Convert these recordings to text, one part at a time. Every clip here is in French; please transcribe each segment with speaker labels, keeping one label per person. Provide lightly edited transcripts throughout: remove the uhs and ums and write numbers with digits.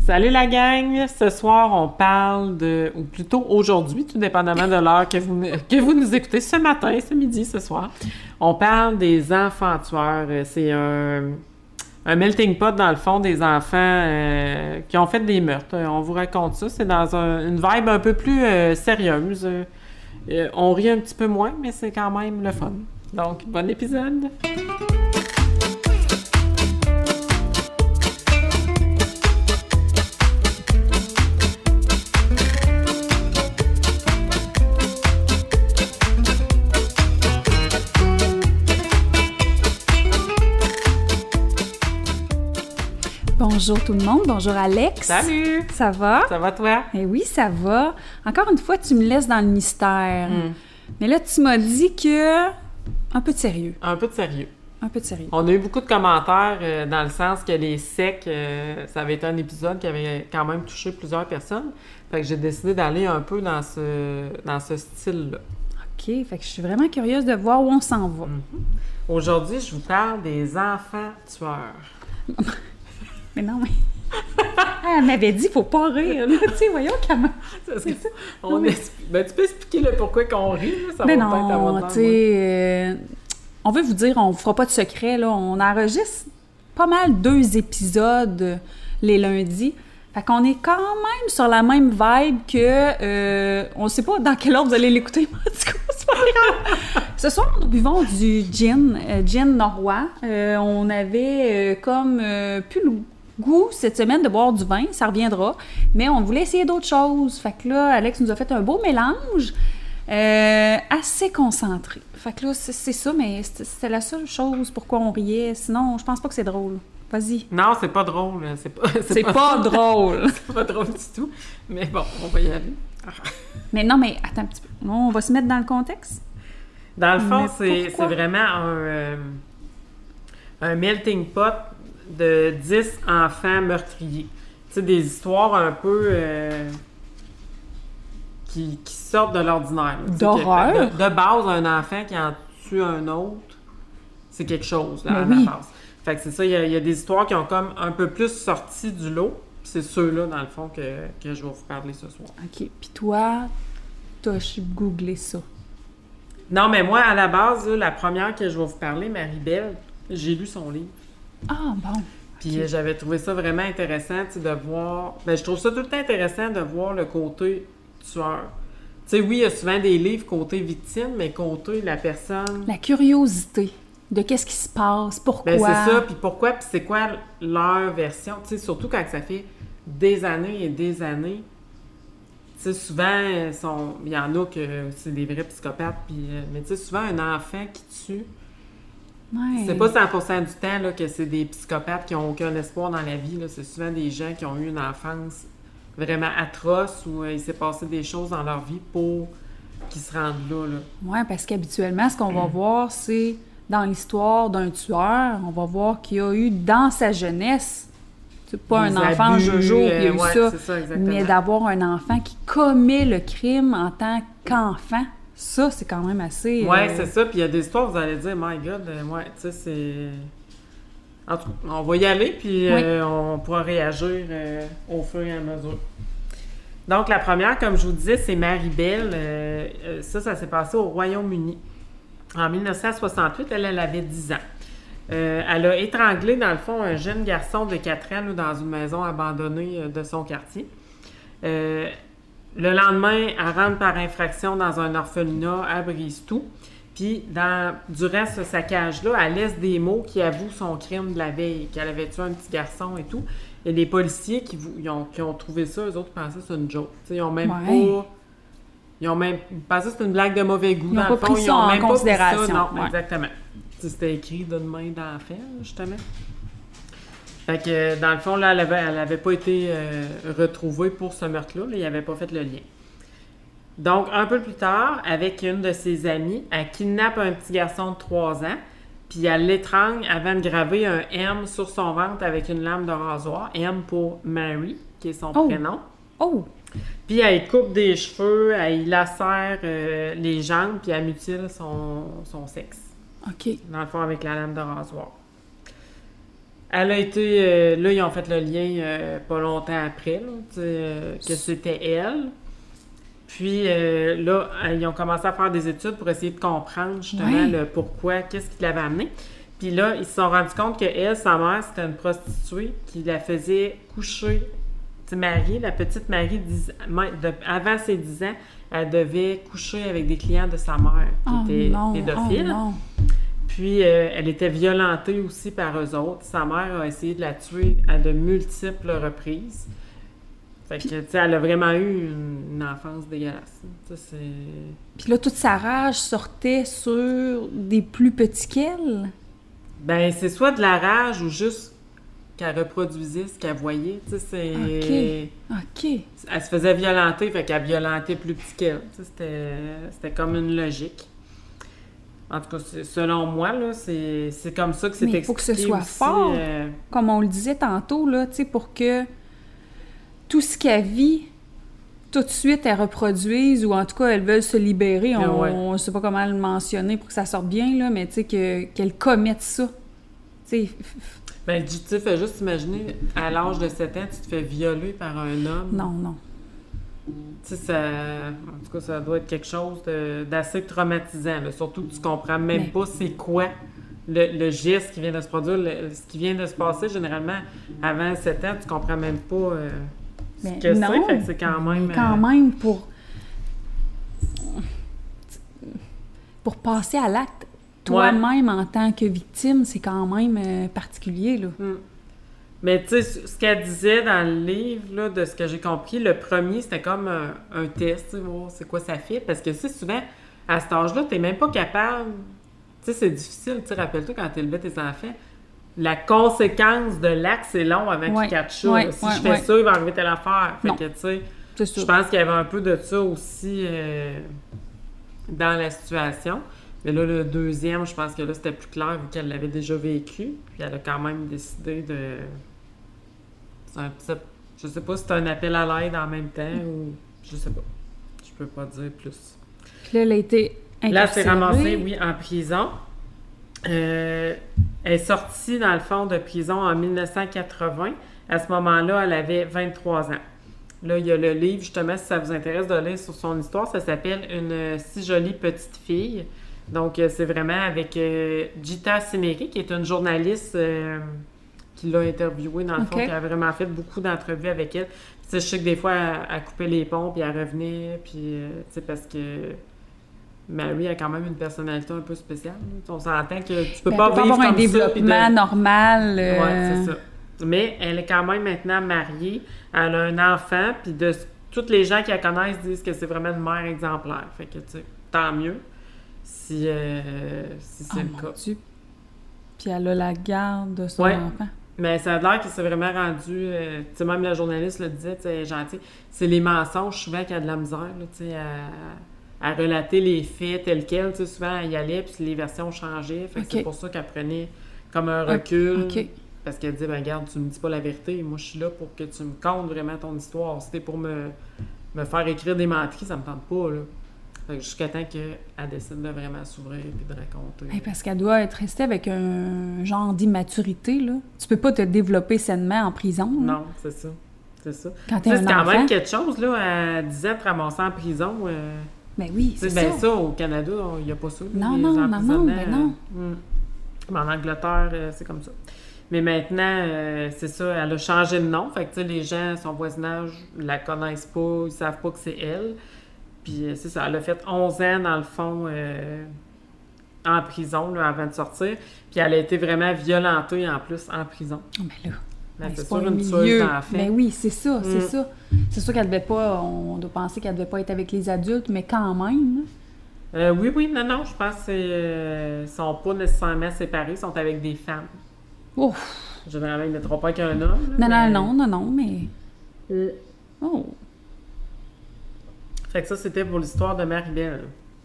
Speaker 1: Salut la gang! Ce soir, on parle de, ou plutôt aujourd'hui, tout dépendamment de l'heure que vous nous écoutez, ce matin, ce midi, ce soir, on parle des enfants tueurs. C'est un melting pot, dans le fond, des enfants qui ont fait des meurtres. On vous raconte ça. C'est dans une vibe un peu plus sérieuse. On rit un petit peu moins, mais c'est quand même le fun. Donc, bon épisode!
Speaker 2: Bonjour tout le monde, bonjour Alex.
Speaker 1: Salut!
Speaker 2: Ça va?
Speaker 1: Ça va toi?
Speaker 2: Eh oui, ça va. Encore une fois, tu me laisses dans le mystère. Mais là, tu m'as dit que... Un peu de sérieux.
Speaker 1: Un peu de sérieux.
Speaker 2: Un peu de sérieux.
Speaker 1: On a eu beaucoup de commentaires dans le sens que les secs, ça avait été un épisode qui avait quand même touché plusieurs personnes. Fait que j'ai décidé d'aller un peu dans ce style-là.
Speaker 2: OK, fait que je suis vraiment curieuse de voir où on s'en va.
Speaker 1: Aujourd'hui, je vous parle des enfants tueurs.
Speaker 2: Mais non, mais... Elle m'avait dit, faut pas rire, là. Tu sais, voyons comment...
Speaker 1: C'est ça. Ben, tu peux expliquer le pourquoi qu'on rit, là? Ça
Speaker 2: mais
Speaker 1: va peut-être avoir
Speaker 2: non, tu sais... On veut vous dire, on vous fera pas de secret, là. On enregistre pas mal 2 épisodes les lundis. Fait qu'on est quand même sur la même vibe que... on sait pas dans quel ordre vous allez l'écouter, mais en tout cas, c'est pas grave. Ce soir, nous buvons du gin norrois. On avait comme plus le goût cette semaine de boire du vin, ça reviendra, mais on voulait essayer d'autres choses. Fait que là, Alex nous a fait un beau mélange assez concentré. Fait que là, c'est ça, mais c'était la seule chose pourquoi on riait. Sinon, je pense pas que c'est drôle. Vas-y.
Speaker 1: Non, c'est pas drôle. C'est
Speaker 2: pas drôle.
Speaker 1: C'est pas drôle du tout. Mais bon, on va y aller.
Speaker 2: Mais non, mais attends un petit peu. On va se mettre dans le contexte.
Speaker 1: Dans le fond, c'est vraiment un melting pot de 10 enfants meurtriers. Tu sais, des histoires un peu qui sortent de l'ordinaire.
Speaker 2: D'horreur?
Speaker 1: De base, un enfant qui en tue un autre, c'est quelque chose, là, à la base. Fait que c'est ça, il y a des histoires qui ont comme un peu plus sorti du lot. C'est ceux-là, dans le fond, que je vais vous parler ce soir.
Speaker 2: OK. Puis toi, t'as googlé ça.
Speaker 1: Non, mais moi, à la base, là, la première que je vais vous parler, Marie-Belle, j'ai lu son livre.
Speaker 2: Ah, bon.
Speaker 1: Puis j'avais trouvé ça vraiment intéressant, tu sais, de voir... Ben, je trouve ça tout le temps intéressant de voir le côté tueur. Tu sais, oui, il y a souvent des livres côté victime, mais côté la personne...
Speaker 2: La curiosité de qu'est-ce qui se passe, pourquoi...
Speaker 1: Ben, c'est ça, puis pourquoi, puis c'est quoi leur version. Tu sais, surtout quand ça fait des années et des années. Tu sais, souvent, il y en a que c'est des vrais psychopathes, puis... mais tu sais, souvent, un enfant qui tue...
Speaker 2: Ouais.
Speaker 1: C'est pas 100% du temps là, que c'est des psychopathes qui n'ont aucun espoir dans la vie. Là. C'est souvent des gens qui ont eu une enfance vraiment atroce où il s'est passé des choses dans leur vie pour qu'ils se rendent là.
Speaker 2: Oui, parce qu'habituellement, ce qu'on va voir, c'est dans l'histoire d'un tueur, on va voir qu'il y a eu dans sa jeunesse, c'est pas
Speaker 1: des
Speaker 2: un enfant
Speaker 1: abus,
Speaker 2: Jojo qui a eu ça,
Speaker 1: c'est ça
Speaker 2: mais d'avoir un enfant qui commet le crime en tant qu'enfant. Ça, c'est quand même assez...
Speaker 1: Oui, c'est ça. Puis il y a des histoires, vous allez dire, my God, ouais, tu sais, c'est... En tout cas, on va y aller, puis on pourra réagir au fur et à mesure. Donc, la première, comme je vous disais, c'est Marie-Belle. Ça s'est passé au Royaume-Uni. En 1968, elle avait 10 ans. Elle a étranglé, dans le fond, un jeune garçon de 4 ans là, dans une maison abandonnée de son quartier. Le lendemain, elle rentre par infraction dans un orphelinat à Bristow. Puis, durant ce saccage-là, elle laisse des mots qui avouent son crime de la veille, qu'elle avait tué un petit garçon et tout. Et les policiers qui ont trouvé ça, eux autres pensaient que c'était une joke. T'sais, ils ont même pas... Ils pensaient que c'était une blague de mauvais goût.
Speaker 2: Ils n'ont pas pris ça en considération.
Speaker 1: Non, exactement. C'était écrit d'une main d'enfant, justement. Fait que, dans le fond, là, elle avait pas été retrouvée pour ce meurtre-là. Là, il n'avait pas fait le lien. Donc, un peu plus tard, avec une de ses amies, elle kidnappe un petit garçon de 3 ans, puis elle l'étrangle avant de graver un M sur son ventre avec une lame de rasoir. M pour Mary, qui est son prénom.
Speaker 2: Oh!
Speaker 1: Puis elle coupe des cheveux, elle lacère les jambes, puis elle mutile son sexe.
Speaker 2: OK.
Speaker 1: Dans le fond, avec la lame de rasoir. Elle a été... là, ils ont fait le lien pas longtemps après, là, que c'était elle. Puis là, ils ont commencé à faire des études pour essayer de comprendre justement le pourquoi, qu'est-ce qui l'avait amenée. Puis là, ils se sont rendus compte qu'elle, sa mère, c'était une prostituée qui la faisait coucher. Tu sais, Marie, la petite Marie, avant ses 10 ans, elle devait coucher avec des clients de sa mère qui étaient pédophiles. Puis, elle était violentée aussi par eux autres. Sa mère a essayé de la tuer à de multiples reprises. Fait que, tu sais, elle a vraiment eu une enfance dégueulasse.
Speaker 2: Puis là, toute sa rage sortait sur des plus petits qu'elle?
Speaker 1: Ben, c'est soit de la rage ou juste qu'elle reproduisait ce qu'elle voyait. Tu sais, c'est...
Speaker 2: OK.
Speaker 1: Elle se faisait violenter, fait qu'elle violentait plus petit qu'elle. Tu sais, c'était comme une logique. En tout cas, selon moi, là, c'est comme ça que c'est expliqué.
Speaker 2: Mais il faut que ce soit
Speaker 1: aussi,
Speaker 2: fort, comme on le disait tantôt, là, tu sais, pour que tout ce qu'elle vit, tout de suite, elle reproduise, ou en tout cas, elles veulent se libérer. On ne sait pas comment le mentionner pour que ça sorte bien, là, mais tu sais, qu'elle commette ça. Tu sais...
Speaker 1: Ben, tu sais, fais juste imaginer, à l'âge de 7 ans, tu te fais violer par un homme.
Speaker 2: Non.
Speaker 1: Tu sais, en tout cas, ça doit être quelque chose d'assez traumatisant, là. Surtout que tu comprends même pas c'est quoi le geste qui vient de se produire, ce qui vient de se passer. Généralement, avant 7 ans, tu comprends même pas ce que c'est. Fait que c'est quand même...
Speaker 2: Quand même, pour passer à l'acte, toi-même, en tant que victime, c'est quand même particulier, là.
Speaker 1: Mais tu sais, ce qu'elle disait dans le livre, là, de ce que j'ai compris, le premier, c'était comme un test, voir c'est quoi ça fait. Parce que, tu sais, souvent, à cet âge-là, t'es même pas capable... Tu sais, c'est difficile, tu sais, rappelle-toi, quand t'élevais tes enfants, la conséquence de l'acte, c'est long avant qu'ils catchent ça. Si je fais ça, il va arriver telle affaire. Fait que, tu sais, je pense qu'il y avait un peu de ça aussi dans la situation. Mais là, le deuxième, je pense que là, c'était plus clair vu qu'elle l'avait déjà vécu. Puis elle a quand même décidé de... Je sais pas si c'est un appel à l'aide en même temps ou... Je sais pas. Je peux pas dire plus.
Speaker 2: Puis là, elle a été incarcérée.
Speaker 1: Là, elle s'est ramassée, oui, en prison. Elle est sortie, dans le fond, de prison en 1980. À ce moment-là, elle avait 23 ans. Là, il y a le livre, justement, si ça vous intéresse de lire sur son histoire, ça s'appelle « Une si jolie petite fille ». Donc, c'est vraiment avec Gita Cimeri, qui est une journaliste qui l'a interviewée, dans le fond, qui a vraiment fait beaucoup d'entrevues avec elle. Puis, je sais que des fois, elle coupait les ponts, puis elle revenait, puis, tu sais, parce que Mary a quand même une personnalité un peu spéciale. On s'entend que tu peux pas vivre comme ça.
Speaker 2: Un développement normal.
Speaker 1: Oui, c'est ça. Mais elle est quand même maintenant mariée, elle a un enfant, puis toutes les gens qui la connaissent disent que c'est vraiment une mère exemplaire. Fait que, tu sais, tant mieux. Si c'est le cas.
Speaker 2: Dieu. Puis elle a la garde de son enfant.
Speaker 1: Mais ça a l'air qu'il s'est vraiment rendu... tu sais, même la journaliste le disait, tu sais, gentil. C'est les mensonges, souvent, qu'il y a de la misère, là, tu sais, à relater les faits tels quels. Tu sais, souvent, elle y allait, puis les versions changeaient. Fait que c'est pour ça qu'elle prenait comme un recul. Parce qu'elle disait, ben regarde, tu me dis pas la vérité. Moi, je suis là pour que tu me contes vraiment ton histoire. Si t'es pour me faire écrire des menteries, ça me tente pas, là. Jusqu'à temps qu'elle décide de vraiment s'ouvrir et de raconter.
Speaker 2: Parce qu'elle doit être restée avec un genre d'immaturité, là. Tu peux pas te développer sainement en prison. Là.
Speaker 1: Non, c'est ça. C'est ça.
Speaker 2: Quand t'es un enfant.
Speaker 1: C'est quand même quelque chose, là, à 10 ans de ramasser en prison.
Speaker 2: Ben oui, c'est ça.
Speaker 1: Ben ça, au Canada, il n'y a pas ça.
Speaker 2: Non, ben non.
Speaker 1: Mais en Angleterre, c'est comme ça. Mais maintenant, c'est ça, elle a changé de nom. Fait que, tu sais, les gens, son voisinage, la connaissent pas, ils savent pas que c'est elle. Puis c'est ça, elle a fait 11 ans, dans le fond, en prison, là, avant de sortir. Puis elle a été vraiment violentée, en plus, en prison.
Speaker 2: Mais là,
Speaker 1: c'est sûr, une tueuse d'enfants.
Speaker 2: Mais oui, c'est ça, c'est ça. C'est sûr qu'elle devait pas, on doit penser qu'elle devait pas être avec les adultes, mais quand même.
Speaker 1: Oui, non, je pense qu'ils sont pas nécessairement séparés, ils sont avec des femmes.
Speaker 2: Ouf!
Speaker 1: Généralement, ils ne mettront pas qu'un homme. Là,
Speaker 2: non, mais... Oh!
Speaker 1: Fait que ça, c'était pour l'histoire de Marie-Belle.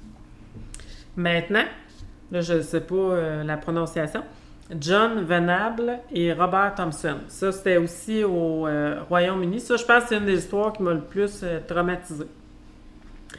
Speaker 1: Maintenant, là, je ne sais pas la prononciation, John Venable et Robert Thompson. Ça, c'était aussi au Royaume-Uni. Ça, je pense que c'est une des histoires qui m'a le plus traumatisée.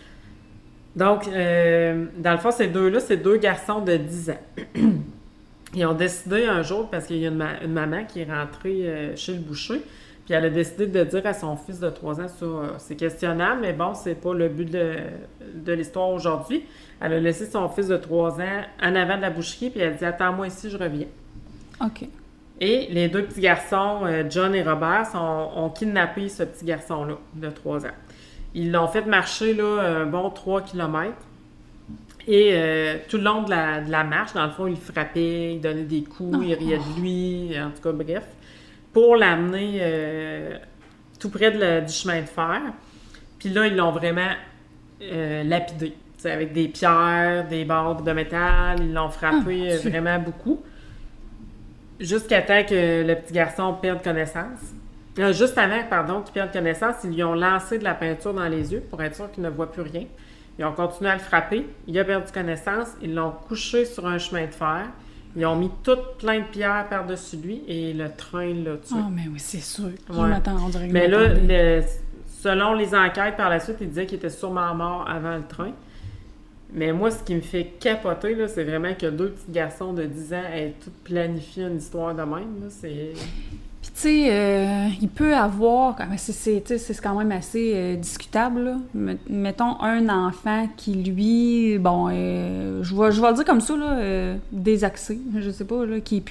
Speaker 1: Donc, dans le fond, ces deux-là, c'est deux garçons de 10 ans. Ils ont décidé un jour, parce qu'il y a une maman qui est rentrée chez le boucher, puis elle a décidé de dire à son fils de 3 ans, ça, c'est questionnable, mais bon, c'est pas le but de l'histoire aujourd'hui. Elle a laissé son fils de 3 ans en avant de la boucherie, puis elle a dit « Attends-moi ici, je reviens. »
Speaker 2: OK.
Speaker 1: Et les 2 petits garçons, John et Robert, ont kidnappé ce petit garçon-là, de 3 ans. Ils l'ont fait marcher là, un bon 3 kilomètres. Et tout le long de la marche, dans le fond, il le frappait, il donnait des coups, il riait de lui, en tout cas, bref, pour l'amener tout près du chemin de fer. Puis là, ils l'ont vraiment lapidé, avec des pierres, des barres de métal, ils l'ont frappé vraiment beaucoup, jusqu'à temps que le petit garçon perde connaissance. Juste avant, qu'il perde connaissance, ils lui ont lancé de la peinture dans les yeux pour être sûr qu'il ne voit plus rien. Ils ont continué à le frapper. Il a perdu connaissance. Ils l'ont couché sur un chemin de fer. Ils ont mis toutes plein de pierres par-dessus lui et le train l'a tué.
Speaker 2: Ah, mais oui, c'est sûr.
Speaker 1: Ouais. Mais là, selon les enquêtes par la suite, ils disaient qu'il était sûrement mort avant le train. Mais moi, ce qui me fait capoter, là, c'est vraiment que 2 petits garçons de 10 ans aient tout planifié une histoire de même. Là, c'est...
Speaker 2: Puis, tu sais, il peut avoir... C'est quand même assez discutable, là. Mettons un enfant qui, lui... Bon, je vais le dire comme ça, là, désaxé, je sais pas, là, qui est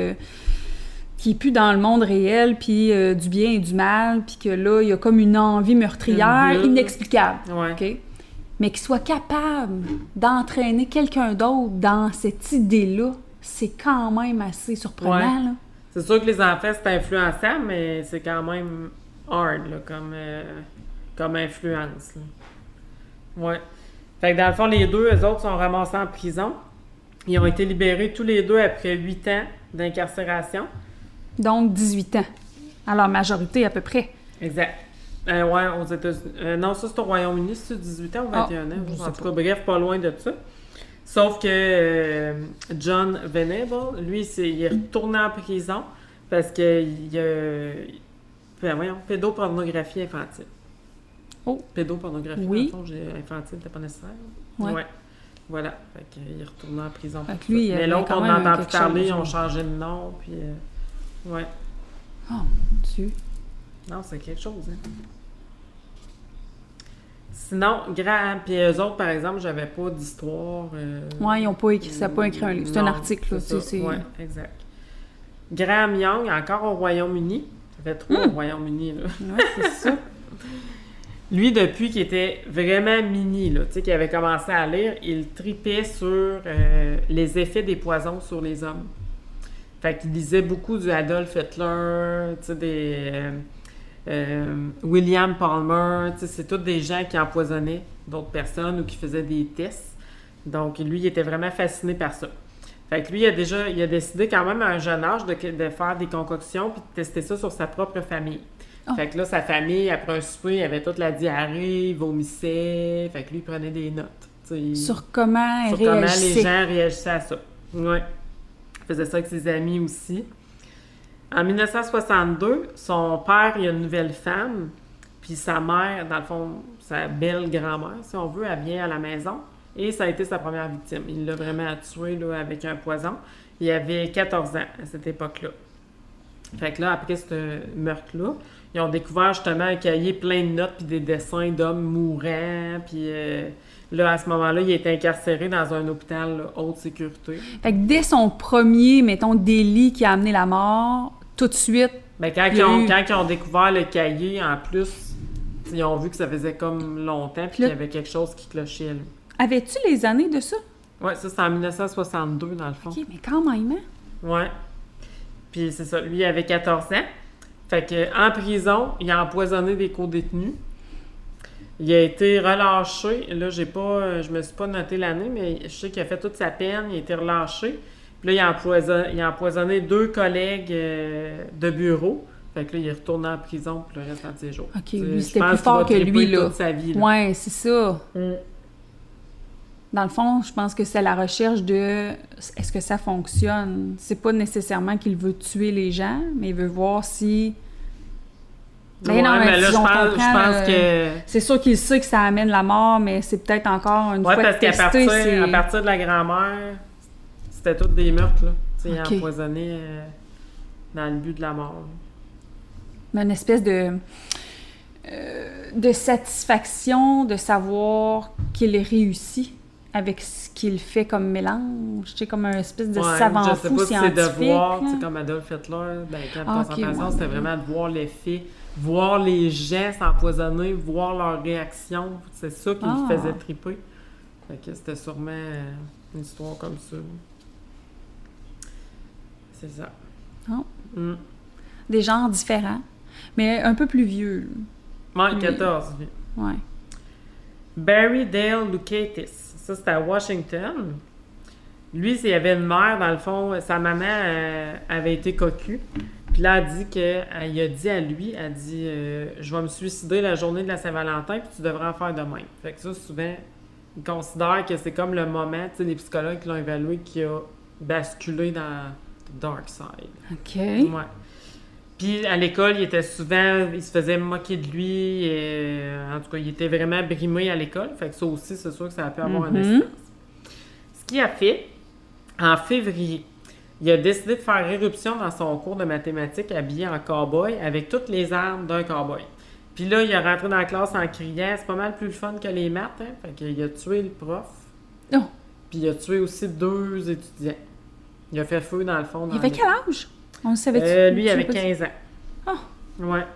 Speaker 2: plus dans le monde réel, puis du bien et du mal, puis que là, il y a comme une envie meurtrière inexplicable.
Speaker 1: Ouais.
Speaker 2: OK? Mais qu'il soit capable d'entraîner quelqu'un d'autre dans cette idée-là, c'est quand même assez surprenant, là.
Speaker 1: C'est sûr que les enfants, c'est influençable, mais c'est quand même hard, là, comme influence, là. Ouais. Fait que dans le fond, les 2, eux autres, sont ramassés en prison. Ils ont été libérés tous les 2 après 8 ans d'incarcération.
Speaker 2: Donc, 18 ans. À leur majorité, à peu près.
Speaker 1: Exact. Ouais, aux États-Unis. Non, ça, c'est au Royaume-Uni, c'est 18 ans ou 21 ans? En tout cas, bref, pas loin de ça. Sauf que John Venable, lui, il est retourné en prison parce qu'il y a pédopornographie infantile.
Speaker 2: Oh!
Speaker 1: Pédopornographie,
Speaker 2: oui.
Speaker 1: Dans le fond, infantile, c'était pas nécessaire.
Speaker 2: Ouais.
Speaker 1: Voilà. Fait qu'il est retourné en prison pour
Speaker 2: fait que lui,
Speaker 1: mais l'autre, on n'entend plus parler, ils ont
Speaker 2: chose.
Speaker 1: changé de nom, puis... ouais.
Speaker 2: Oh, mon Dieu!
Speaker 1: Non, c'est quelque chose, hein. Sinon, puis eux autres, par exemple, j'avais pas d'histoire.
Speaker 2: Ouais, ils n'ont pas écrit, ça n'a pas écrit un livre. C'est un article, là.
Speaker 1: Ouais, exact. Graham Young, encore au Royaume-Uni. Ça fait 3 au Royaume-Uni, là.
Speaker 2: Ouais, c'est ça.
Speaker 1: Lui, depuis qu'il était vraiment mini, là, tu sais, qu'il avait commencé à lire, il tripait sur les effets des poisons sur les hommes. Fait qu'il lisait beaucoup du Adolf Hitler, tu sais, des... William Palmer, c'est tous des gens qui empoisonnaient d'autres personnes ou qui faisaient des tests. Donc, lui, il était vraiment fasciné par ça. Fait que lui, il a décidé quand même à un jeune âge de faire des concoctions puis de tester ça sur sa propre famille. Oh. Fait que là, sa famille, après un souper, il avait toute la diarrhée, il vomissait. Fait que lui, il prenait des notes.
Speaker 2: Sur comment
Speaker 1: les gens réagissaient à ça. Ouais. Il faisait ça avec ses amis aussi. En 1962, son père, il a une nouvelle femme, puis sa mère, dans le fond, sa belle grand-mère, si on veut, elle vient à la maison, et ça a été sa première victime. Il l'a vraiment tué là, avec un poison. Il avait 14 ans à cette époque-là. Fait que là, après ce meurtre-là, ils ont découvert justement un cahier plein de notes puis des dessins d'hommes mourants, puis là, à ce moment-là, il est incarcéré dans un hôpital là, haute sécurité.
Speaker 2: Fait que dès son premier, mettons, délit qui a amené la mort, tout de suite...
Speaker 1: Ben, quand ils ont découvert le cahier, en plus, ils ont vu que ça faisait comme longtemps puis qu'il y avait quelque chose qui clochait. Là.
Speaker 2: Avais-tu les années de ça?
Speaker 1: Oui, ça, c'est en 1962, dans le fond.
Speaker 2: OK, mais quand même, hein?
Speaker 1: Ouais. Puis c'est ça, lui, il avait 14 ans. Fait que en prison, il a empoisonné des co-détenus. Il a été relâché. Là, je me suis pas noté l'année, mais je sais qu'il a fait toute sa peine. Il a été relâché. Puis là, il a empoisonné 2 collègues de bureau. Fait que là, il est retourné en prison pour le restant de ses jours.
Speaker 2: OK, lui, c'était plus fort que lui, là.
Speaker 1: Toute sa vie, là.
Speaker 2: Ouais, c'est ça. Dans le fond, je pense que c'est la recherche de est-ce que ça fonctionne. C'est pas nécessairement qu'il veut tuer les gens, mais il veut voir si...
Speaker 1: Mais non, mais là, je pense que...
Speaker 2: C'est sûr qu'il sait que ça amène la mort, mais c'est peut-être encore une fois
Speaker 1: parce qu'à partir de la grand-mère, c'était tous des meurtres, là. il a
Speaker 2: Ok.
Speaker 1: empoisonné dans le but de la mort.
Speaker 2: Mais une espèce de satisfaction de savoir qu'il réussit avec ce qu'il fait comme mélange. Tu sais, comme un espèce de savant
Speaker 1: je sais
Speaker 2: fou
Speaker 1: pas si c'est
Speaker 2: scientifique.
Speaker 1: de voir, tu
Speaker 2: là.
Speaker 1: sais, comme Adolf Hitler, dans les camps de
Speaker 2: Ah, ok,
Speaker 1: concentration,
Speaker 2: ouais.
Speaker 1: c'était vraiment de voir l'effet, voir les gens s'empoisonner, voir leur réaction. C'est ça qui
Speaker 2: Ah.
Speaker 1: le faisait triper. Fait que c'était sûrement une histoire comme ça. C'est ça.
Speaker 2: Ah.
Speaker 1: Mm.
Speaker 2: Des genres différents, mais un peu plus vieux.
Speaker 1: Ouais,
Speaker 2: Oui.
Speaker 1: 14, lui.
Speaker 2: Ouais.
Speaker 1: Barry Dale Lucatis. Ça, c'était à Washington. Lui, il y avait une mère, dans le fond, sa maman avait été cocu. Puis là, il a dit à lui, elle dit je vais me suicider la journée de la Saint-Valentin, puis tu devrais en faire de même. Fait que ça, souvent, ils considèrent que c'est comme le moment, tu sais, les psychologues qui l'ont évalué, qui a basculé dans le dark side.
Speaker 2: OK.
Speaker 1: Ouais. Puis à l'école, il se faisait moquer de lui. En tout cas, il était vraiment brimé à l'école. Fait que ça aussi, c'est sûr que ça a pu avoir un incidence. Ce qu'il a fait, en février, il a décidé de faire éruption dans son cours de mathématiques habillé en cow-boy avec toutes les armes d'un cow-boy. Puis là, il est rentré dans la classe en criant. C'est pas mal plus le fun que les maths. Hein? Fait qu'il a tué le prof.
Speaker 2: Oh.
Speaker 1: Puis il a tué aussi 2 étudiants. Il a fait feu dans le fond.
Speaker 2: Il avait quel âge? On le savait-tu?
Speaker 1: Lui, il avait 15 ans.
Speaker 2: Ah.
Speaker 1: Ouais.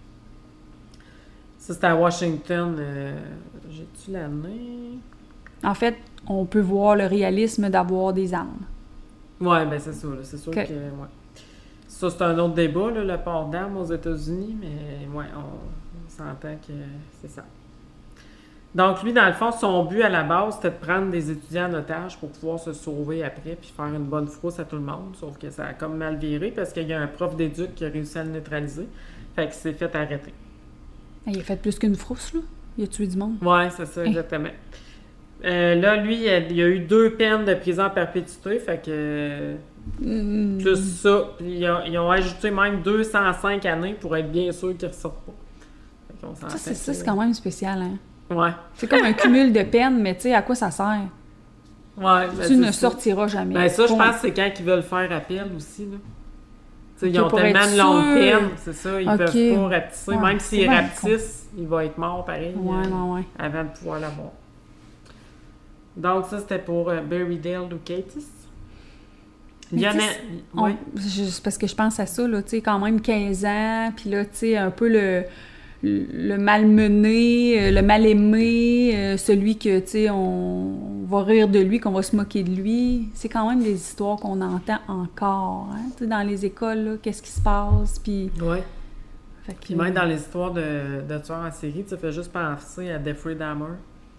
Speaker 1: Ça, c'était à Washington. J'ai-tu l'année?
Speaker 2: En fait, on peut voir le réalisme d'avoir des armes.
Speaker 1: Ouais, ben c'est ça. Là. C'est sûr
Speaker 2: Ok.
Speaker 1: que... Ouais. Ça, c'est un autre débat, là, le port d'armes aux États-Unis, mais ouais, on s'entend que c'est ça. Donc, lui, dans le fond, son but à la base, c'était de prendre des étudiants en otage pour pouvoir se sauver après puis faire une bonne frousse à tout le monde. Sauf que ça a comme mal viré parce qu'il y a un prof d'éduc qui a réussi à le neutraliser. Fait qu'il s'est fait arrêter.
Speaker 2: Il a fait plus qu'une frousse, là. Il a tué du monde.
Speaker 1: Ouais, c'est ça, exactement. Là, lui, il a eu 2 peines de prison à perpétuité, fait que... Plus ça, ils ont ajouté même 205 années pour être bien sûr qu'ils ne ressortent pas. Fait qu'on s'entend
Speaker 2: Ça, c'est
Speaker 1: que-
Speaker 2: quand même spécial, hein?
Speaker 1: Ouais.
Speaker 2: C'est comme un cumul de peines, mais tu sais, à quoi ça sert?
Speaker 1: Ouais, ben,
Speaker 2: Tu ne
Speaker 1: c'est ça.
Speaker 2: sortiras jamais.
Speaker 1: Ben ça, je
Speaker 2: Point.
Speaker 1: pense que c'est quand ils veulent faire appel aussi, là. Tu sais,
Speaker 2: Ok,
Speaker 1: ils ont
Speaker 2: pour
Speaker 1: tellement
Speaker 2: être
Speaker 1: de longues
Speaker 2: sûr.
Speaker 1: peines, c'est ça, ils
Speaker 2: Ok.
Speaker 1: peuvent pas rapetisser.
Speaker 2: Ouais,
Speaker 1: Même
Speaker 2: c'est
Speaker 1: s'ils
Speaker 2: bien
Speaker 1: rapetissent, il va être mort pareil
Speaker 2: Ouais.
Speaker 1: avant de pouvoir l'avoir. Donc ça, c'était pour Barry Dale Lucatis. Il y en a... Ouais.
Speaker 2: C'est parce que je pense à ça, là, tu sais, quand même 15 ans, puis là, tu sais, un peu le malmené, le mal-aimé, celui que, tu sais, on va rire de lui, qu'on va se moquer de lui. C'est quand même des histoires qu'on entend encore, hein, tu sais, dans les écoles, là, qu'est-ce qui se passe, puis...
Speaker 1: Ouais.
Speaker 2: Fait que,
Speaker 1: Puis même dans les histoires de tueurs en série, tu fais juste penser à Jeffrey Dahmer.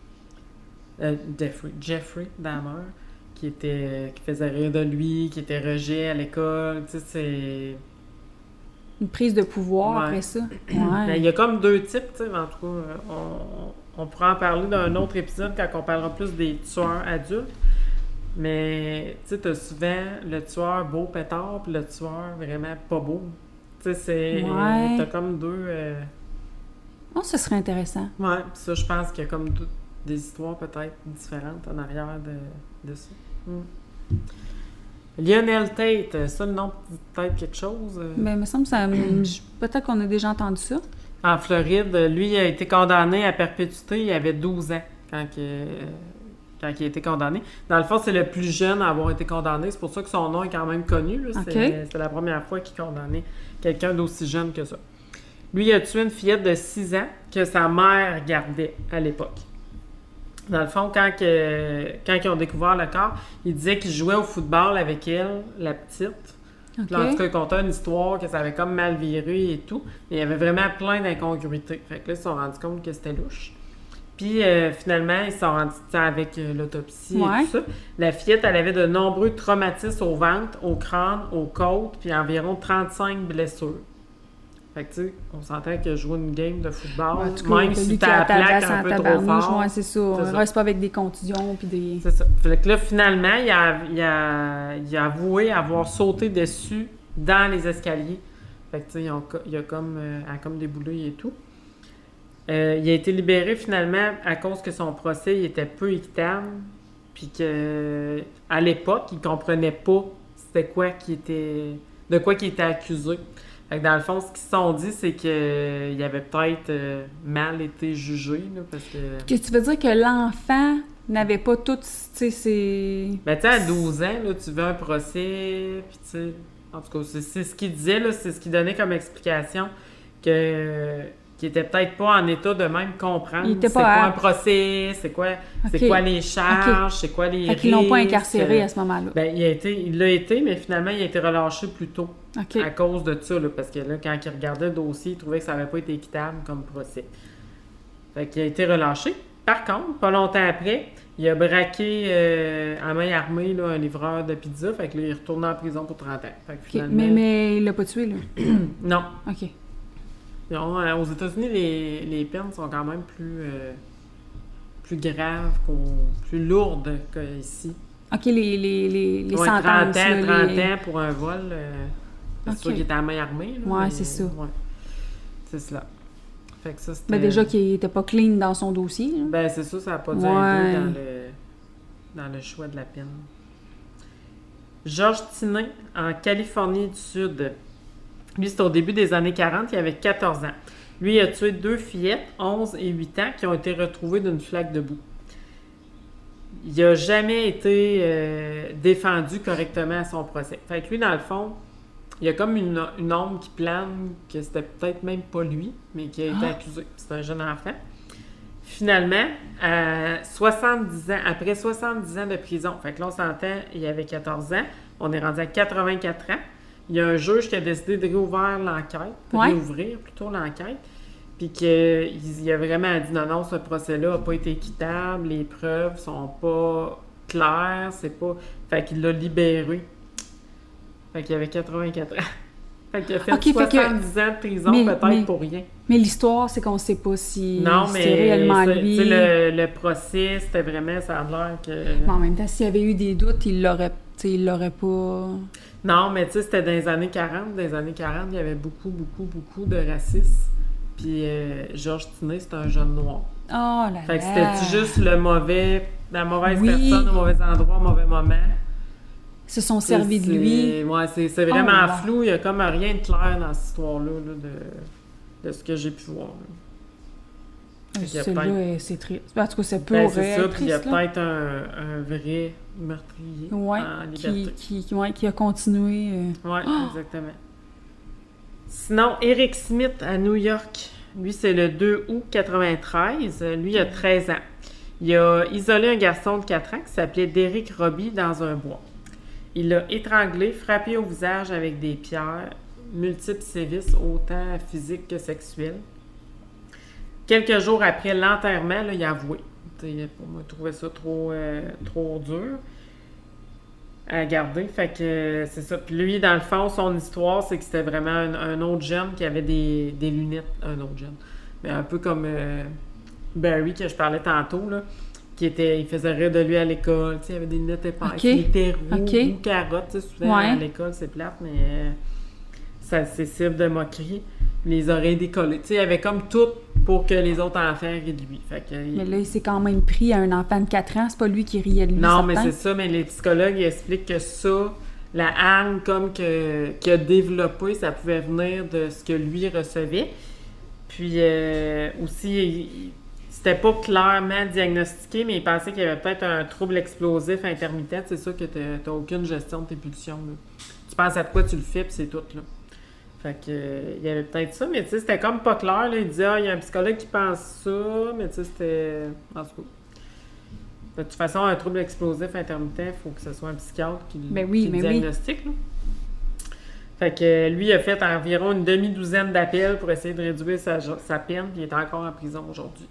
Speaker 1: Jeffrey Dahmer, qui faisait rire de lui, qui était rejet à l'école. Tu sais, c'est...
Speaker 2: une prise de pouvoir
Speaker 1: Ouais.
Speaker 2: après ça.
Speaker 1: Ben,
Speaker 2: Ouais.
Speaker 1: il y a comme 2 types, tu sais, en tout cas. On pourra en parler dans un autre épisode quand on parlera plus des tueurs adultes. Mais, tu sais, t'as souvent le tueur beau pétard puis le tueur vraiment pas beau. Tu sais, c'est...
Speaker 2: Ouais.
Speaker 1: T'as comme 2...
Speaker 2: Oh, ce serait intéressant.
Speaker 1: Ouais, pis ça, je pense qu'il y a comme des histoires peut-être différentes en arrière de ça. Lionel Tate, ça, le nom dit peut-être quelque chose?
Speaker 2: Ben, il me semble que ça... peut-être qu'on a déjà entendu ça.
Speaker 1: En Floride, lui, il a été condamné à perpétuité, il avait 12 ans quand il a été condamné. Dans le fond, c'est le plus jeune à avoir été condamné, c'est pour ça que son nom est quand même connu. Là. C'est la première fois qu'il condamnait quelqu'un d'aussi jeune que ça. Lui, il a tué une fillette de 6 ans que sa mère gardait à l'époque. Dans le fond, quand ils ont découvert le corps, il disait qu'il jouait au football avec elle, la petite.
Speaker 2: OK.
Speaker 1: Puis, en tout cas, il contait une histoire que ça avait comme mal viré et tout. Mais il y avait vraiment plein d'incongruités. Fait que là, ils se sont rendus compte que c'était louche. Puis finalement, ils se sont rendus compte avec l'autopsie et tout ça. La fillette, elle avait de nombreux traumatismes au ventre, au crâne, aux côtes, puis environ 35 blessures. Fait que tu sais, on s'entend que jouer une game de football,
Speaker 2: En tout cas,
Speaker 1: même si t'as la plaque un peu trop fort.
Speaker 2: Ouais, c'est ça. On reste pas avec des contusions puis des...
Speaker 1: C'est ça. Fait que là, finalement, il a avoué avoir sauté dessus dans les escaliers. Fait que tu sais, il a comme déboulé et tout. Il a été libéré finalement à cause que son procès il était peu équitable, puis que à l'époque, il comprenait pas c'était de quoi qui était accusé. Fait que dans le fond, ce qu'ils se sont dit, c'est qu'il avait peut-être mal été jugé, là, parce que...
Speaker 2: Que tu veux dire que l'enfant n'avait pas tout, tu sais, ses...
Speaker 1: Ben, tu sais, à 12 ans, là, tu veux un procès, puis tu sais... En tout cas, c'est ce qu'il disait, là, c'est ce qu'il donnait comme explication, qu'il était peut-être pas en état de même comprendre c'est quoi un procès, c'est quoi les charges, c'est quoi les risques.
Speaker 2: Fait qu'ils l'ont pas incarcéré à ce moment-là.
Speaker 1: Ben, il l'a été, mais finalement, il a été relâché plus tôt.
Speaker 2: Okay.
Speaker 1: À cause de ça, là, parce que là, quand il regardait le dossier, il trouvait que ça n'avait pas été équitable comme procès. Fait qu'il a été relâché. Par contre, pas longtemps après, il a braqué à main armée là, un livreur de pizza. Fait que là, il est retourné en prison pour 30 ans. Fait que finalement...
Speaker 2: mais il l'a pas tué, là?
Speaker 1: Non.
Speaker 2: OK.
Speaker 1: Non, aux États-Unis, les peines sont quand même plus graves, plus lourdes qu'ici.
Speaker 2: OK, les
Speaker 1: ouais,
Speaker 2: sentences.
Speaker 1: 30 ans pour un vol. C'est sûr qu'il était à main armée. Là,
Speaker 2: ouais, c'est ça.
Speaker 1: Ouais, c'est cela. Fait que ça, c'était...
Speaker 2: Ben déjà qu'il était pas clean dans son dossier. Là.
Speaker 1: Ben c'est ça, ça n'a pas dû aider dans le choix de la peine. Georges Tiné, en Californie du Sud. Lui, c'était au début des années 40, il avait 14 ans. Lui, il a tué 2 fillettes, 11 et 8 ans, qui ont été retrouvées d'une flaque de boue. Il n'a jamais été défendu correctement à son procès. Fait que lui, dans le fond, il y a comme une ombre qui plane que c'était peut-être même pas lui, mais qui a été accusé. C'est un jeune enfant. Finalement, après 70 ans de prison, fait que là, on s'entend, il avait 14 ans, on est rendu à 84 ans. Il y a un juge qui a décidé de réouvrir réouvrir plutôt l'enquête, puis qu'il a vraiment dit non, ce procès-là n'a pas été équitable, les preuves sont pas claires, c'est pas... Fait qu'il l'a libéré. Fait qu'il avait 84 ans. Fait qu'il a fait 70 ans de prison, peut-être pour rien.
Speaker 2: Mais l'histoire, c'est qu'on sait pas si
Speaker 1: c'était
Speaker 2: réellement lui.
Speaker 1: Tu sais, le procès, c'était vraiment, ça a l'air que...
Speaker 2: Mais en même temps, s'il y avait eu des doutes, il l'aurait pas...
Speaker 1: Non, mais tu sais, c'était dans les années 40. Dans les années 40, il y avait beaucoup de racisme. Puis Georges Tiné, c'était un jeune noir.
Speaker 2: Oh là là!
Speaker 1: Fait que c'était juste la mauvaise personne, au mauvais endroit, au mauvais moment.
Speaker 2: Ils se sont servis de lui.
Speaker 1: Ouais, c'est vraiment flou. Il n'y a comme rien de clair dans cette histoire-là de ce que j'ai pu voir.
Speaker 2: Celui-là, c'est triste. En tout cas, ça peut
Speaker 1: c'est ça,
Speaker 2: être
Speaker 1: puis il y a
Speaker 2: triste,
Speaker 1: peut-être un vrai meurtrier en liberté.
Speaker 2: Qui a continué.
Speaker 1: Oui, exactement. Sinon, Eric Smith à New York. Lui, c'est le 2 août 93. Lui, il a 13 ans. Il a isolé un garçon de 4 ans qui s'appelait Derrick Robbie dans un bois. Il l'a étranglé, frappé au visage avec des pierres, multiples sévices, autant physiques que sexuels. Quelques jours après l'enterrement, là, il a avoué. Pour moi, il trouvait ça trop dur à garder. Fait que c'est ça. Puis lui, dans le fond, son histoire, c'est que c'était vraiment un autre jeune qui avait des lunettes. Un autre jeune. Mais un peu comme Barry, que je parlais tantôt, là. Il faisait rire de lui à l'école. Il avait des lunettes épaisses. Il était roux carotte. Souvent, à l'école, c'est plate, mais c'est cible de moquerie. Les oreilles décollées. Il y avait comme tout pour que les autres enfants rient de lui. Fait que,
Speaker 2: mais là, il s'est quand même pris à un enfant de 4 ans. C'est pas lui qui riait de lui.
Speaker 1: Non, mais c'est ça. Mais les psychologues ils expliquent que ça, la hargne comme qu'il a développé, ça pouvait venir de ce que lui recevait. Puis aussi, c'était pas clairement diagnostiqué, mais il pensait qu'il y avait peut-être un trouble explosif intermittent. C'est ça que t'as aucune gestion de tes pulsions. Là. Tu penses à quoi tu le fais, puis c'est tout. Là. Fait que il y avait peut-être ça, mais tu sais, c'était comme pas clair. Là. Il disait, il y a un psychologue qui pense ça, mais tu sais, c'était... En tout cas. De toute façon, un trouble explosif intermittent, il faut que ce soit un psychiatre qui le diagnostique. Là. Fait que lui, il a fait environ une demi-douzaine d'appels pour essayer de réduire sa peine, puis il est encore en prison aujourd'hui.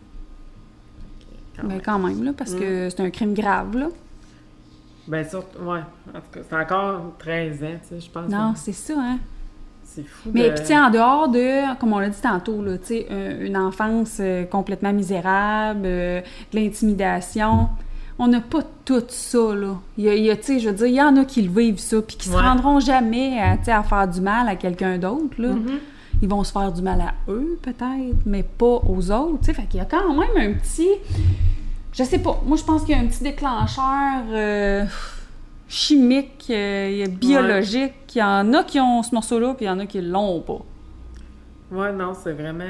Speaker 2: Quand même, là, parce que c'est un crime grave, là.
Speaker 1: Ben, ouais. En tout cas, c'est encore 13 ans, tu sais, je pense.
Speaker 2: Non, c'est ça, hein.
Speaker 1: C'est fou.
Speaker 2: Mais puis, tu sais, en dehors de, comme on l'a dit tantôt, là, tu sais, une enfance complètement misérable, de l'intimidation, on n'a pas tout ça, là. Il y a tu sais, je veux dire, il y en a qui le vivent, ça, puis qui se rendront jamais à faire du mal à quelqu'un d'autre, là. Mm-hmm. Ils vont se faire du mal à eux, peut-être, mais pas aux autres, tu sais. Fait qu'il y a quand même un petit... Je sais pas. Moi, je pense qu'il y a un petit déclencheur chimique, biologique. Il y en a qui ont ce morceau-là, puis il y en a qui l'ont pas.
Speaker 1: Ouais, non, c'est vraiment...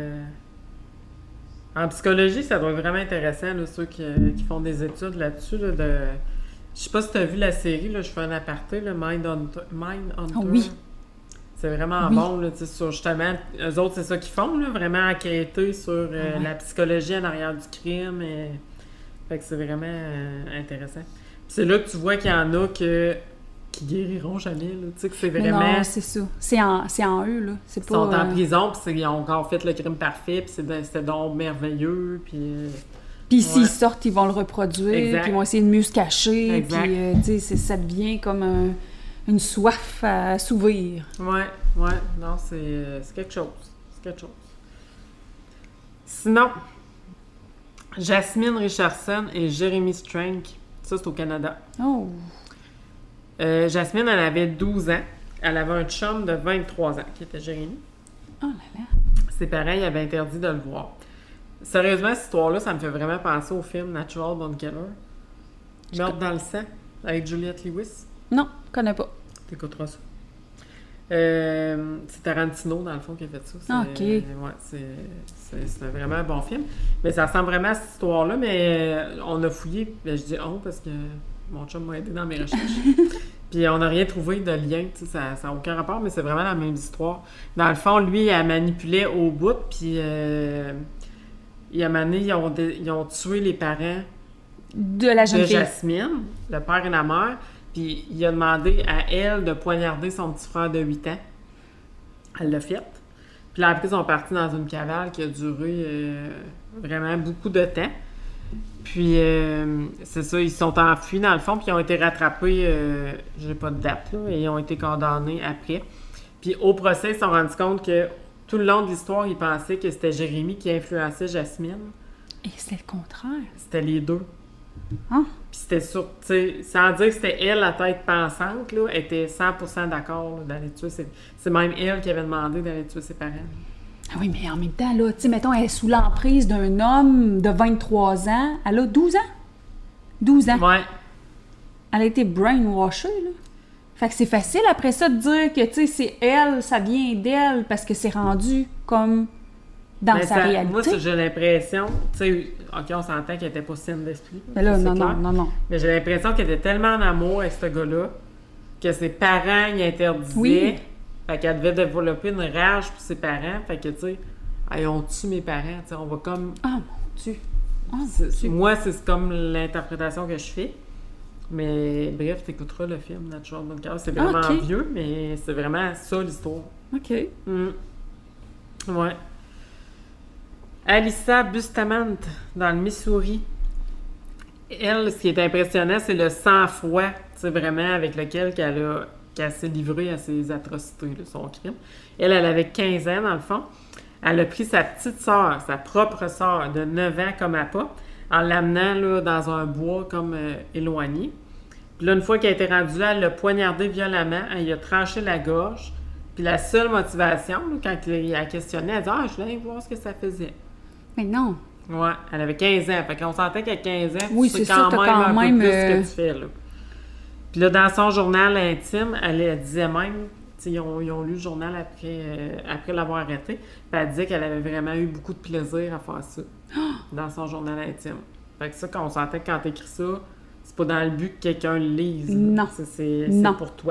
Speaker 1: En psychologie, ça doit être vraiment intéressant, là, ceux qui font des études là-dessus, là, de... Je sais pas si tu as vu la série, là, je fais un aparté, là, Mindhunter.
Speaker 2: Oh, oui.
Speaker 1: C'est vraiment bon, là, tu sais, sur justement, eux autres, c'est ça qu'ils font, là, vraiment enquêter sur la psychologie en arrière du crime. Fait que c'est vraiment intéressant. Puis c'est là que tu vois qu'il y en a qui guériront jamais, là, tu sais, que c'est vraiment...
Speaker 2: Non, c'est ça. C'est en eux, là. C'est pas...
Speaker 1: Ils sont en prison, puis ils ont encore fait le crime parfait, puis c'était donc merveilleux, puis...
Speaker 2: Puis s'ils sortent, ils vont le reproduire, puis ils vont essayer de mieux se cacher, puis tu sais, ça devient comme une soif à assouvir.
Speaker 1: Ouais, non, c'est quelque chose. C'est quelque chose. Sinon, Jasmine Richardson et Jeremy Strank, ça c'est au Canada.
Speaker 2: Oh!
Speaker 1: Jasmine, elle avait 12 ans. Elle avait un chum de 23 ans, qui était Jérémy.
Speaker 2: Oh là là!
Speaker 1: Ses parents y avaient interdit de le voir. Sérieusement, cette histoire-là, ça me fait vraiment penser au film Natural Born Killer. Meurtre dans le sang, avec Juliette Lewis.
Speaker 2: Non, je connais pas.
Speaker 1: T'écouteras ça. C'est Tarantino, dans le fond, qui a fait ça.
Speaker 2: OK.
Speaker 1: C'est vraiment un bon film. Mais ça ressemble vraiment à cette histoire-là, mais on a fouillé. Je dis « on » parce que mon chum m'a aidé dans mes recherches. Puis on n'a rien trouvé de lien, tu sais, ça n'a aucun rapport, mais c'est vraiment la même histoire. Dans le fond, lui, elle manipulait au bout, puis il y a un moment donné, ils ont tué les parents
Speaker 2: de la jeune fille.
Speaker 1: Jasmine, le père et la mère, puis il a demandé à elle de poignarder son petit frère de 8 ans. Elle l'a fait. Puis là, après, ils sont partis dans une cavale qui a duré vraiment beaucoup de temps. Puis, c'est ça, ils se sont enfuis dans le fond, puis ils ont été rattrapés, j'ai pas de date, là, et ils ont été condamnés après. Puis au procès, ils se sont rendus compte que tout le long de l'histoire, ils pensaient que c'était Jérémy qui influençait Jasmine.
Speaker 2: Et c'était le contraire.
Speaker 1: C'était les deux.
Speaker 2: Hein?
Speaker 1: Puis c'était sûr, tu sais, sans dire que c'était elle, la tête pensante, là, elle était 100% d'accord là, d'aller tuer c'est même elle qui avait demandé d'aller tuer ses parents.
Speaker 2: Ah oui, mais en même temps, là, tu sais, mettons, elle est sous l'emprise d'un homme de 23 ans. Elle a 12 ans? 12 ans.
Speaker 1: Ouais.
Speaker 2: Elle a été brainwashée, là. Fait que c'est facile après ça de dire que, tu sais, c'est elle, ça vient d'elle, parce que c'est rendu comme dans sa réalité.
Speaker 1: Moi, j'ai l'impression, tu sais, OK, on s'entend qu'elle était pas saine d'esprit.
Speaker 2: Mais là, non.
Speaker 1: Mais j'ai l'impression qu'elle était tellement en amour avec ce gars-là que ses parents y interdisaient.
Speaker 2: Oui.
Speaker 1: Fait qu'elle devait développer une rage pour ses parents. Fait que, tu sais, hey, on tue mes parents, tu sais, on va comme...
Speaker 2: Ah, mon Dieu! Oh, mon Dieu.
Speaker 1: Moi, c'est comme l'interprétation que je fais. Mais bref, t'écouteras le film Natural Born Killer. C'est vraiment vieux, mais c'est vraiment ça l'histoire.
Speaker 2: OK.
Speaker 1: Ouais. Alyssa Bustamante, dans le Missouri. Elle, ce qui est impressionnant, c'est le sang-froid, tu sais, vraiment, avec lequel qu'elle s'est livrée à ses atrocités, là, son crime. Elle avait 15 ans, dans le fond. Elle a pris sa petite sœur, sa propre sœur, de 9 ans comme appât, en l'amenant là, dans un bois comme éloigné. Puis là, une fois qu'elle a été rendue là, elle l'a poignardée violemment, elle lui a tranché la gorge. Puis la seule motivation, là, quand il a questionné, elle a dit « Ah, je voulais voir ce que ça faisait. »
Speaker 2: Mais non.
Speaker 1: Ouais, elle avait 15 ans. Fait qu'on sentait qu'à 15 ans,
Speaker 2: oui,
Speaker 1: tu sais quand même un peu plus ce que tu fais, là. Puis là, dans son journal intime, elle disait même, ils ont lu le journal après l'avoir arrêté, puis elle disait qu'elle avait vraiment eu beaucoup de plaisir à faire ça, dans son journal intime. Fait que ça, quand on sentait que quand t'écris ça, c'est pas dans le but que quelqu'un le lise.
Speaker 2: Non.
Speaker 1: C'est pour toi.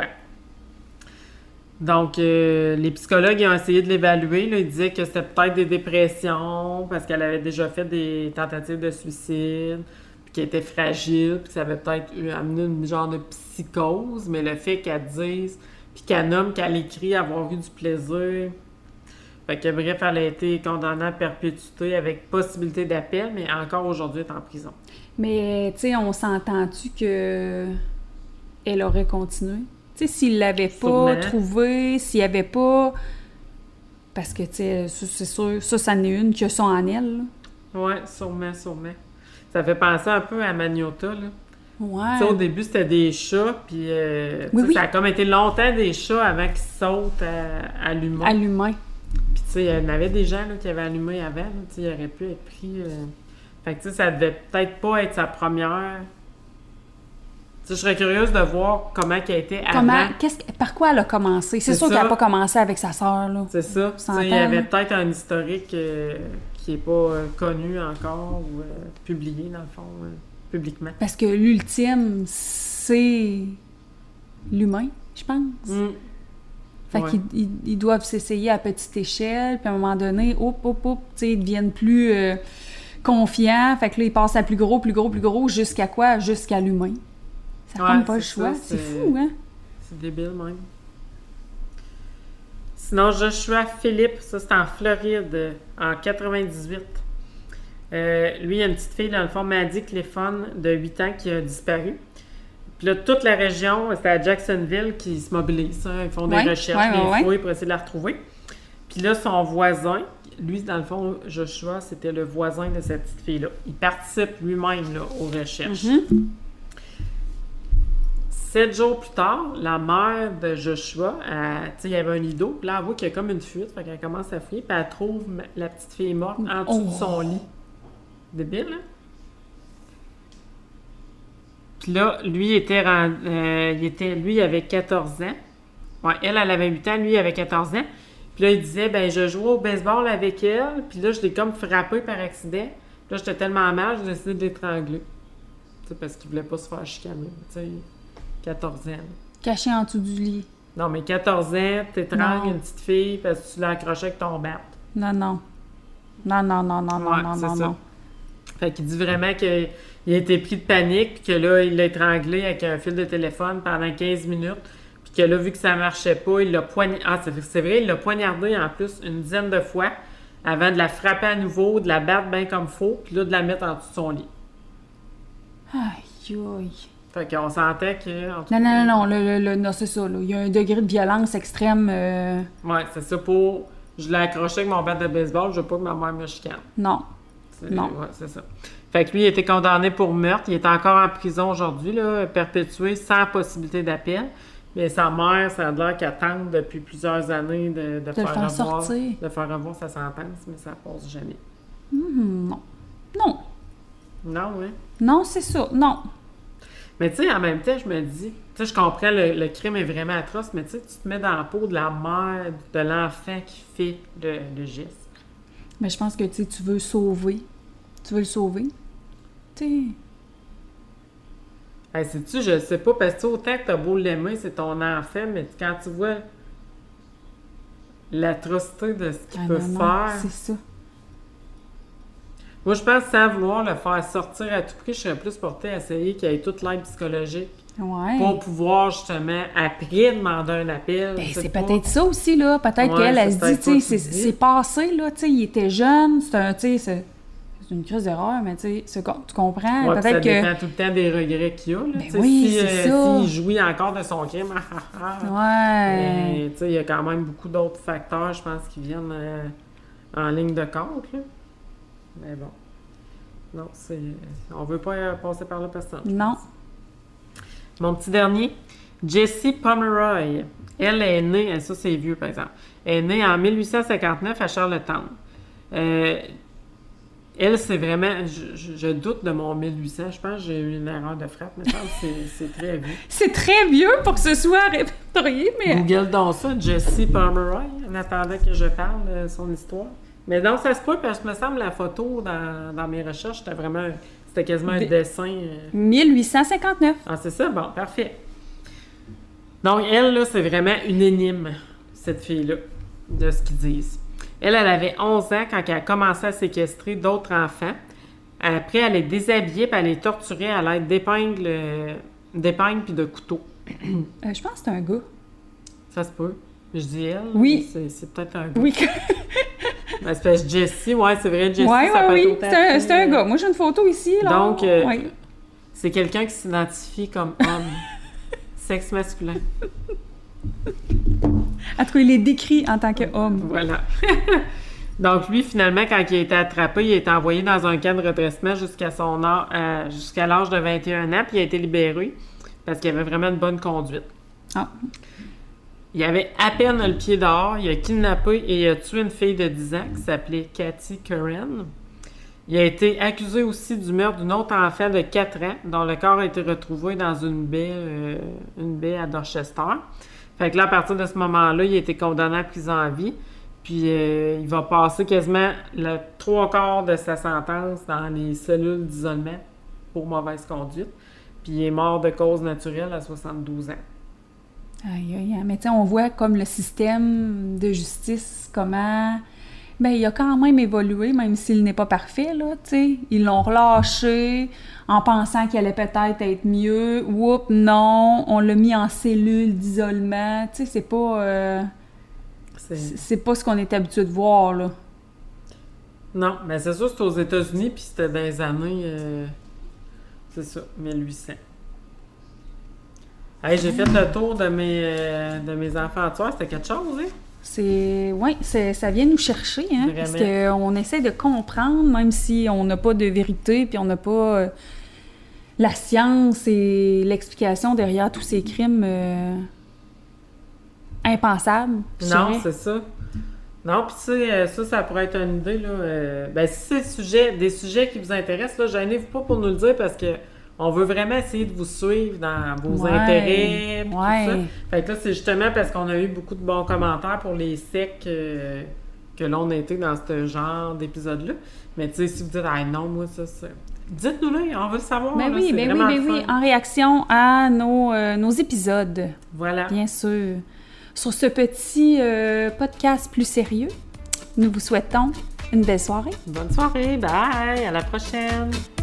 Speaker 1: Donc, les psychologues ils ont essayé de l'évaluer. Là, ils disaient que c'était peut-être des dépressions, parce qu'elle avait déjà fait des tentatives de suicide, puis qu'elle était fragile, puis que ça avait peut-être amené une genre de psychose, mais le fait qu'elle dise, puis qu'elle nomme qu'elle écrit avoir eu du plaisir. Fait que bref, elle a été condamnée à perpétuité avec possibilité d'appel, mais encore aujourd'hui, elle est en prison.
Speaker 2: Mais, tu sais, on s'entend-tu que elle aurait continué? Tu sais, s'il l'avait pas trouvé, s'il n'y avait pas... Parce que, tu sais, c'est sûr, ça en est une qui a ça en elle, là.
Speaker 1: Ouais, sûrement. Ça fait penser un peu à Magnota, là.
Speaker 2: Ouais.
Speaker 1: Tu sais, au début, c'était des chats, puis ça a comme été longtemps des chats avant qu'ils sautent à l'humain.
Speaker 2: À l'humain.
Speaker 1: Puis, tu sais, il y en avait des gens là, qui avaient allumé avant, tu sais, il aurait pu être pris... Fait que, tu sais, ça devait peut-être pas être sa première je serais curieuse de voir comment elle a été avant.
Speaker 2: Par quoi elle a commencé? C'est sûr qu'elle n'a pas commencé avec sa sœur, là.
Speaker 1: C'est ça. Il y avait peut-être un historique qui n'est pas connu encore ou publié, dans le fond, publiquement.
Speaker 2: Parce que l'ultime, c'est l'humain, je pense. Fait qu'ils doivent s'essayer à petite échelle, puis à un moment donné, ils deviennent plus confiants. Fait que là, ils passent à plus gros, jusqu'à quoi? Jusqu'à l'humain. Ça n'a comme pas le choix. C'est fou, hein?
Speaker 1: C'est débile, même. Sinon, Joshua Philippe, ça, c'est en Floride, en 98. Lui, il y a une petite fille, dans le fond, Maddie Clefone, de 8 ans, qui a disparu. Puis là, toute la région, c'est à Jacksonville, qui se mobilise. Ils font des recherches, des fouilles pour essayer de la retrouver. Puis là, son voisin, lui, dans le fond, Joshua, c'était le voisin de cette petite fille-là. Il participe lui-même là, aux recherches. 7 jours plus tard, la mère de Joshua, il y avait un lit d'eau, puis là, elle voit qu'il y a comme une fuite, fait qu'elle commence à fouiller, puis elle trouve la petite fille morte en dessous de son lit. Débile, hein? Puis là, lui, il avait 14 ans. Ouais, elle avait 8 ans, lui, il avait 14 ans. Puis là, il disait, je jouais au baseball avec elle, puis là, je l'ai comme frappé par accident. Puis là, j'étais tellement mal, j'ai décidé de l'étrangler. Tu sais, parce qu'il voulait pas se faire chicaner, tu sais. 14 ans.
Speaker 2: Caché en dessous du lit.
Speaker 1: Non, mais 14 ans, t'étrangles une petite fille parce que tu l'as accrochée avec ton bat.
Speaker 2: Non. Non.
Speaker 1: Fait qu'il dit vraiment qu'il a été pris de panique, puis que là, il l'a étranglé avec un fil de téléphone pendant 15 minutes, puis que là, vu que ça marchait pas, il l'a poignardé. Ah, c'est vrai, il l'a poignardé en plus une dizaine de fois avant de la frapper à nouveau, de la battre bien comme faut, puis là, de la mettre en dessous de son lit.
Speaker 2: Aïe.
Speaker 1: Fait qu'on sentait que...
Speaker 2: Non, c'est ça. Là. Il y a un degré de violence extrême.
Speaker 1: Ouais, c'est ça pour... Je l'ai accroché avec mon bat de baseball, je veux pas que ma mère me chicane.
Speaker 2: Non.
Speaker 1: Ouais, c'est ça. Fait que lui, il a été condamné pour meurtre. Il est encore en prison aujourd'hui, là, perpétué, sans possibilité d'appel. Mais sa mère, ça a l'air qu'elle tente depuis plusieurs années de faire revoir sa sentence, mais ça passe jamais.
Speaker 2: Non.
Speaker 1: Non, oui.
Speaker 2: Non, c'est ça. Non.
Speaker 1: Mais tu sais, en même temps, je me dis, tu sais, je comprends, le crime est vraiment atroce, mais tu sais, tu te mets dans la peau de la mère, de l'enfant qui fait le geste.
Speaker 2: Mais je pense que, tu veux sauver. Tu veux le sauver. Tu
Speaker 1: sais. Sais-tu, je sais pas, parce que autant que t'as beau l'aimer, c'est ton enfant, mais quand tu vois l'atrocité de ce qu'il peut faire...
Speaker 2: c'est ça.
Speaker 1: Moi, je pense que sans vouloir le faire sortir à tout prix, je serais plus portée à essayer qu'il y ait toute l'aide psychologique pour pouvoir, justement, après demander un appel.
Speaker 2: C'est peut-être ça aussi, là. Peut-être qu'elle, elle se dit, tu sais, c'est passé, là, tu sais, il était jeune, c'est une crise d'erreur, mais tu sais, tu comprends.
Speaker 1: Ouais,
Speaker 2: peut-être
Speaker 1: ça dépend tout le temps des regrets qu'il y a, là. S'il jouit encore de son crime, tu sais, il y a quand même beaucoup d'autres facteurs, je pense, qui viennent en ligne de compte, là. Mais bon. Non, on veut pas passer par là, personne.
Speaker 2: Non.
Speaker 1: Mon petit dernier, Jessie Pomeroy. Elle est née, ça c'est vieux par exemple, elle est née en 1859 à Charlottetown. Elle, c'est vraiment, je doute de mon 1800, je pense que j'ai eu une erreur de frappe, mais c'est très vieux.
Speaker 2: C'est très vieux pour que ce soit répertorié, mais...
Speaker 1: Google donc ça, Jessie Pomeroy, en attendant que je parle de son histoire. Mais non, ça se peut, parce que me semble la photo dans mes recherches, c'était quasiment un dessin.
Speaker 2: 1859.
Speaker 1: Ah, c'est ça? Bon, parfait. Donc, elle, là, c'est vraiment une énigme, cette fille-là, de ce qu'ils disent. Elle avait 11 ans quand elle a commencé à séquestrer d'autres enfants. Après, elle est déshabillée puis elle est torturée à l'aide d'épingles puis de couteaux.
Speaker 2: Je pense que c'est un gars.
Speaker 1: Ça se peut. Je dis elle.
Speaker 2: Oui.
Speaker 1: C'est peut-être un gars.
Speaker 2: Oui.
Speaker 1: C'est parce que Jessie, ouais, c'est vrai, Jessie, ça peut être autant
Speaker 2: c'est un gars. Moi, j'ai une photo ici, là.
Speaker 1: Donc, c'est quelqu'un qui s'identifie comme homme. Sexe masculin.
Speaker 2: En tout cas, il est décrit en tant qu'homme.
Speaker 1: Voilà. Donc, lui, finalement, quand il a été attrapé, il a été envoyé dans un camp de redressement jusqu'à l'âge de 21 ans, puis il a été libéré parce qu'il avait vraiment une bonne conduite.
Speaker 2: Ah.
Speaker 1: Il avait à peine le pied dehors, il a kidnappé et il a tué une fille de 10 ans qui s'appelait Cathy Curran. Il a été accusé aussi du meurtre d'une autre enfant de 4 ans, dont le corps a été retrouvé dans une baie à Dorchester. Fait que là, à partir de ce moment-là, il a été condamné à prison à vie. Puis il va passer quasiment le 3/4 de sa sentence dans les cellules d'isolement pour mauvaise conduite. Puis il est mort de cause naturelle à 72 ans.
Speaker 2: Aïe, aïe, mais tu sais, on voit comme le système de justice, comment... Ben, il a quand même évolué, même s'il n'est pas parfait, là, tu sais. Ils l'ont relâché en pensant qu'il allait peut-être être mieux. Oups, non, on l'a mis en cellule d'isolement. Tu sais, c'est pas... c'est pas ce qu'on est habitué de voir, là.
Speaker 1: Non, mais c'est sûr, c'était aux États-Unis, puis c'était dans les années... c'est ça, 1800. Hey, j'ai fait le tour de mes enfants tueurs. C'était quelque chose, hein?
Speaker 2: Oui, ça vient nous chercher, hein?
Speaker 1: Vraiment.
Speaker 2: Parce qu'on essaie de comprendre, même si on n'a pas de vérité, puis on n'a pas la science et l'explication derrière tous ces crimes impensables.
Speaker 1: Non, c'est ça. Non, puis tu sais, ça pourrait être une idée, là. Ben, si c'est des sujets qui vous intéressent, là, gênez-vous pas pour nous le dire, parce que on veut vraiment essayer de vous suivre dans vos intérêts, tout ça. Fait que là, c'est justement parce qu'on a eu beaucoup de bons commentaires pour les secs que l'on a été dans ce genre d'épisode-là. Mais tu sais, si vous dites « Ah non, moi, ça... » dites-nous-le, on veut le savoir.
Speaker 2: Ben
Speaker 1: là,
Speaker 2: oui, en réaction à nos épisodes.
Speaker 1: Voilà.
Speaker 2: Bien sûr. Sur ce petit podcast plus sérieux, nous vous souhaitons une belle soirée.
Speaker 1: Bonne soirée, bye, à la prochaine.